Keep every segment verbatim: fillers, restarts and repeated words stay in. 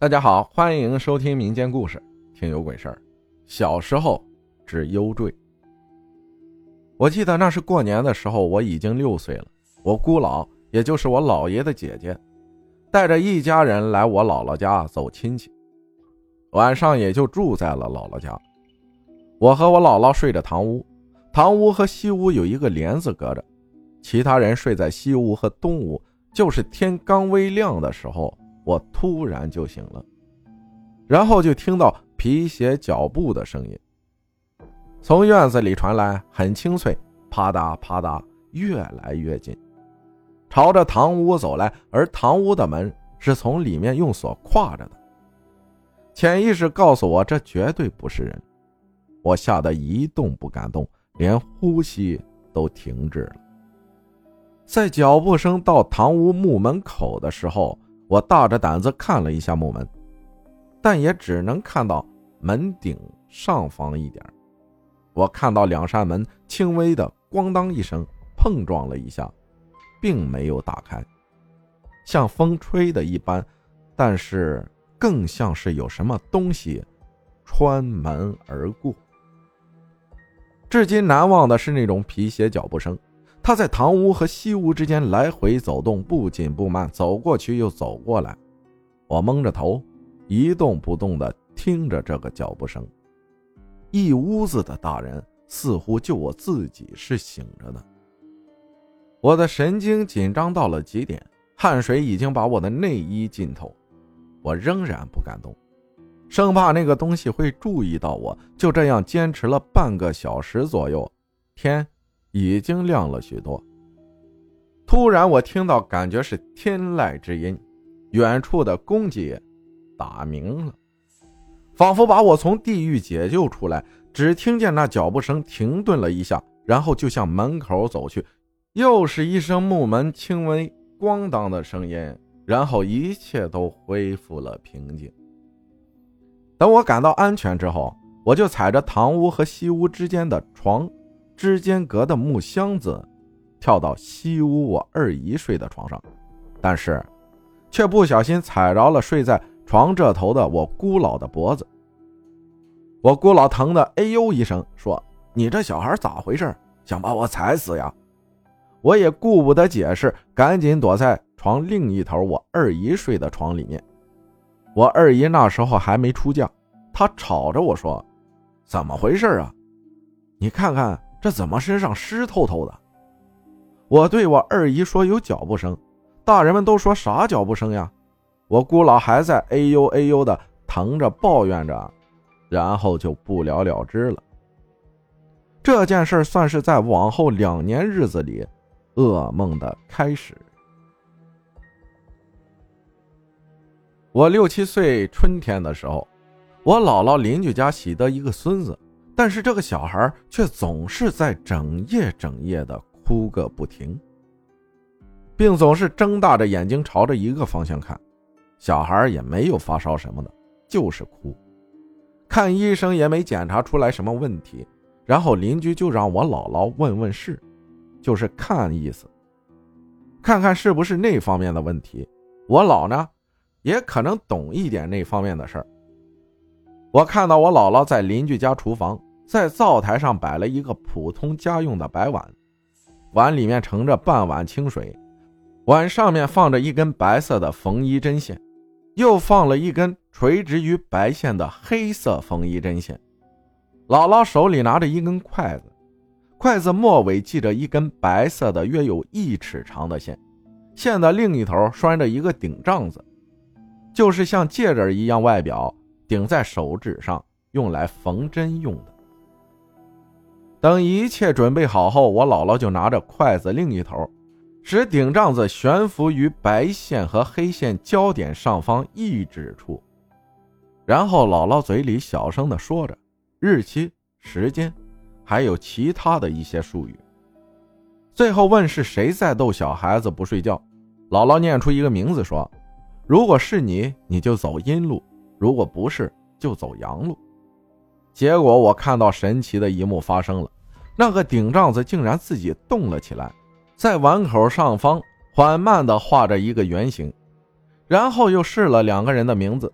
大家好，欢迎收听民间故事，听有鬼事儿。小时候之幽坠。我记得那是过年的时候，我已经六岁了。我姑姥，也就是我姥爷的姐姐，带着一家人来我姥姥家走亲戚，晚上也就住在了姥姥家。我和我姥姥睡着堂屋，堂屋和西屋有一个帘子隔着，其他人睡在西屋和东屋。就是天刚微亮的时候，我突然就醒了，然后就听到皮鞋脚步的声音，从院子里传来，很清脆，啪嗒啪嗒，越来越近，朝着堂屋走来，而堂屋的门是从里面用锁跨着的。潜意识告诉我，这绝对不是人。我吓得一动不敢动，连呼吸都停滞了。在脚步声到堂屋木门口的时候，我大着胆子看了一下木门，但也只能看到门顶上方一点。我看到两扇门轻微的咣当一声碰撞了一下，并没有打开，像风吹的一般，但是更像是有什么东西穿门而过。至今难忘的是那种皮鞋脚步声，他在堂屋和西屋之间来回走动，不紧不慢，走过去又走过来。我蒙着头，一动不动地听着这个脚步声。一屋子的大人，似乎就我自己是醒着的。我的神经紧张到了极点，汗水已经把我的内衣浸透，我仍然不敢动，生怕那个东西会注意到我。就这样坚持了半个小时左右，天已经亮了许多。突然我听到感觉是天籁之音，远处的公鸡打鸣了，仿佛把我从地狱解救出来。只听见那脚步声停顿了一下，然后就向门口走去，又是一声木门轻微咣当的声音，然后一切都恢复了平静。等我感到安全之后，我就踩着堂屋和西屋之间的床之间隔的木箱子，跳到西屋我二姨睡的床上，但是却不小心踩着了睡在床这头的我姑姥的脖子。我姑姥疼得哎呦一声，说：“你这小孩咋回事？想把我踩死呀？”我也顾不得解释，赶紧躲在床另一头我二姨睡的床里面。我二姨那时候还没出嫁，她吵着我说：“怎么回事啊？你看看这怎么身上湿透透的？”我对我二姨说有脚步声，大人们都说啥脚步声呀？我姑姥还在哎呦哎呦的疼着抱怨着，然后就不了了之了。这件事算是在往后两年日子里噩梦的开始。我六七岁春天的时候，我姥姥邻居家喜得一个孙子，但是这个小孩却总是在整夜整夜的哭个不停，并总是睁大着眼睛朝着一个方向看。小孩也没有发烧什么的，就是哭，看医生也没检查出来什么问题，然后邻居就让我姥姥问问事，就是看意思，看看是不是那方面的问题。我姥呢也可能懂一点那方面的事儿。我看到我姥姥在邻居家厨房，在灶台上摆了一个普通家用的白碗，碗里面盛着半碗清水，碗上面放着一根白色的缝衣针线，又放了一根垂直于白线的黑色缝衣针线。姥姥手里拿着一根筷子，筷子末尾系着一根白色的约有一尺长的线，线的另一头拴着一个顶帐子，就是像戒指一样，外表顶在手指上，用来缝针用的。等一切准备好后，我姥姥就拿着筷子另一头，使顶帐子悬浮于白线和黑线交点上方一指处，然后姥姥嘴里小声地说着日期、时间，还有其他的一些术语。最后问是谁在逗小孩子不睡觉，姥姥念出一个名字说：“如果是你，你就走阴路，如果不是，就走阳路。”结果我看到神奇的一幕发生了，那个顶帐子竟然自己动了起来，在碗口上方缓慢地画着一个圆形，然后又试了两个人的名字，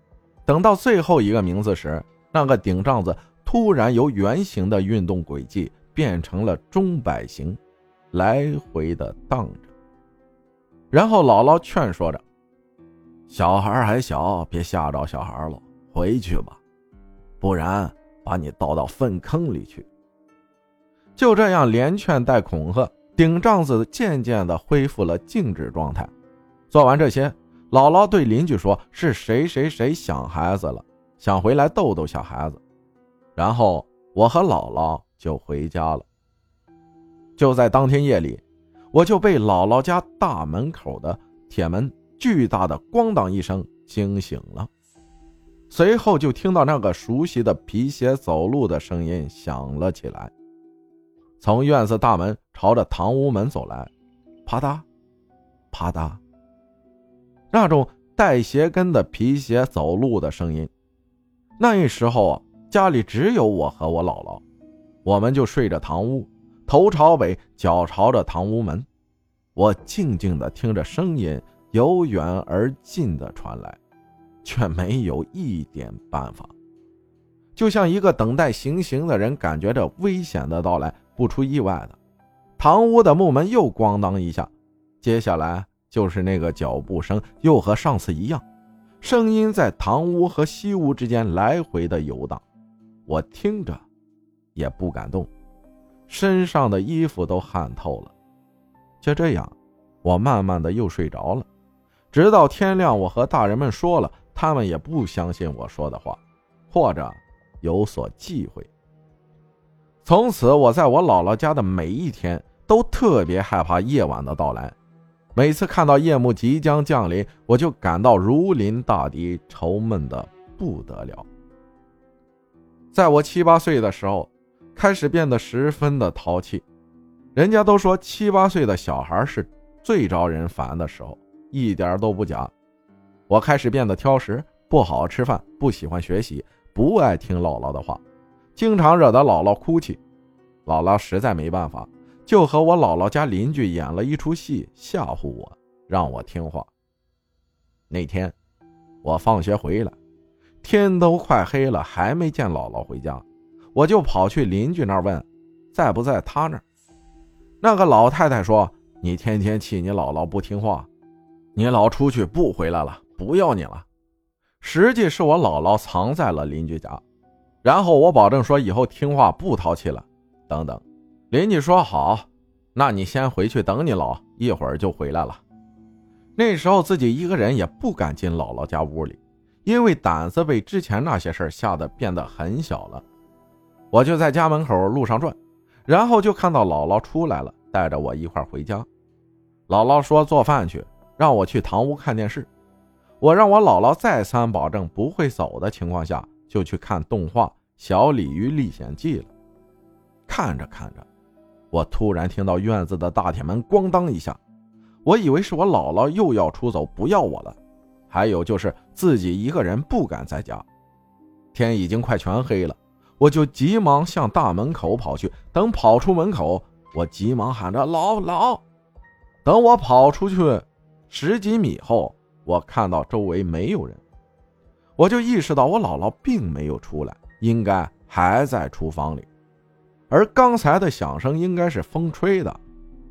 等到最后一个名字时，那个顶帐子突然由圆形的运动轨迹变成了钟摆形，来回的荡着。然后姥姥劝说着，小孩还小，别吓着小孩了，回去吧，不然把你倒到粪坑里去。就这样连劝带恐吓，顶帐子渐渐地恢复了静止状态。做完这些，姥姥对邻居说是谁谁谁想孩子了，想回来逗逗小孩子。然后我和姥姥就回家了。就在当天夜里，我就被姥姥家大门口的铁门巨大的咣当一声惊醒了。随后就听到那个熟悉的皮鞋走路的声音响了起来，从院子大门朝着堂屋门走来，啪嗒啪嗒，那种带鞋跟的皮鞋走路的声音。那时候啊，家里只有我和我姥姥，我们就睡着堂屋，头朝北，脚朝着堂屋门。我静静地听着声音由远而近地传来，却没有一点办法，就像一个等待行刑的人感觉着危险的到来。不出意外的，堂屋的木门又咣当一下，接下来就是那个脚步声，又和上次一样，声音在堂屋和西屋之间来回的游荡。我听着也不敢动，身上的衣服都汗透了。就这样，我慢慢的又睡着了，直到天亮。我和大人们说了，他们也不相信我说的话，或者有所忌讳。从此我在我姥姥家的每一天都特别害怕夜晚的到来，每次看到夜幕即将降临，我就感到如临大敌，愁闷的不得了。在我七八岁的时候，开始变得十分的淘气。人家都说七八岁的小孩是最招人烦的时候，一点都不假。我开始变得挑食，不好好吃饭，不喜欢学习，不爱听姥姥的话，经常惹得姥姥哭泣。姥姥实在没办法，就和我姥姥家邻居演了一出戏，吓唬我，让我听话。那天我放学回来，天都快黑了，还没见姥姥回家，我就跑去邻居那儿问在不在他那儿。那个老太太说，你天天气你姥姥不听话，你老出去不回来了，不要你了。实际是我姥姥藏在了邻居家，然后我保证说以后听话不淘气了等等。邻居说好，那你先回去等你姥，一会儿就回来了。那时候自己一个人也不敢进姥姥家屋里，因为胆子被之前那些事儿吓得变得很小了。我就在家门口路上转，然后就看到姥姥出来了，带着我一块回家。姥姥说做饭去，让我去堂屋看电视。我让我姥姥再三保证不会走的情况下，就去看动画《小鲤鱼历险记》了。看着看着，我突然听到院子的大铁门咣当一下，我以为是我姥姥又要出走不要我了，还有就是自己一个人不敢在家。天已经快全黑了，我就急忙向大门口跑去。等跑出门口，我急忙喊着姥姥。等我跑出去十几米后，我看到周围没有人，我就意识到我姥姥并没有出来，应该还在厨房里，而刚才的响声应该是风吹的。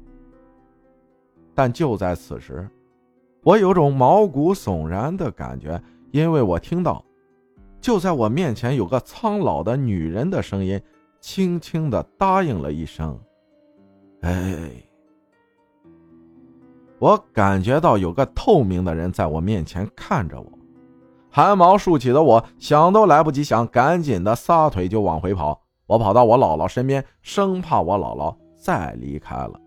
但就在此时，我有种毛骨悚然的感觉，因为我听到就在我面前有个苍老的女人的声音，轻轻地答应了一声哎。我感觉到有个透明的人在我面前看着我，汗毛竖起的我想都来不及想，赶紧的撒腿就往回跑。我跑到我姥姥身边，生怕我姥姥再离开了。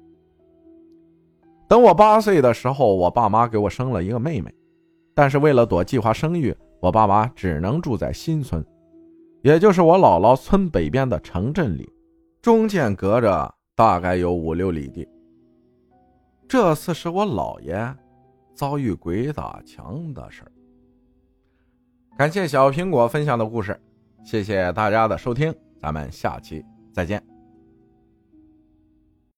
等我八岁的时候，我爸妈给我生了一个妹妹，但是为了躲计划生育，我爸妈只能住在新村，也就是我姥姥村北边的城镇里，中间隔着大概有五六里地。这次是我姥爷遭遇鬼打墙的事儿。感谢小苹果分享的故事，谢谢大家的收听，咱们下期再见。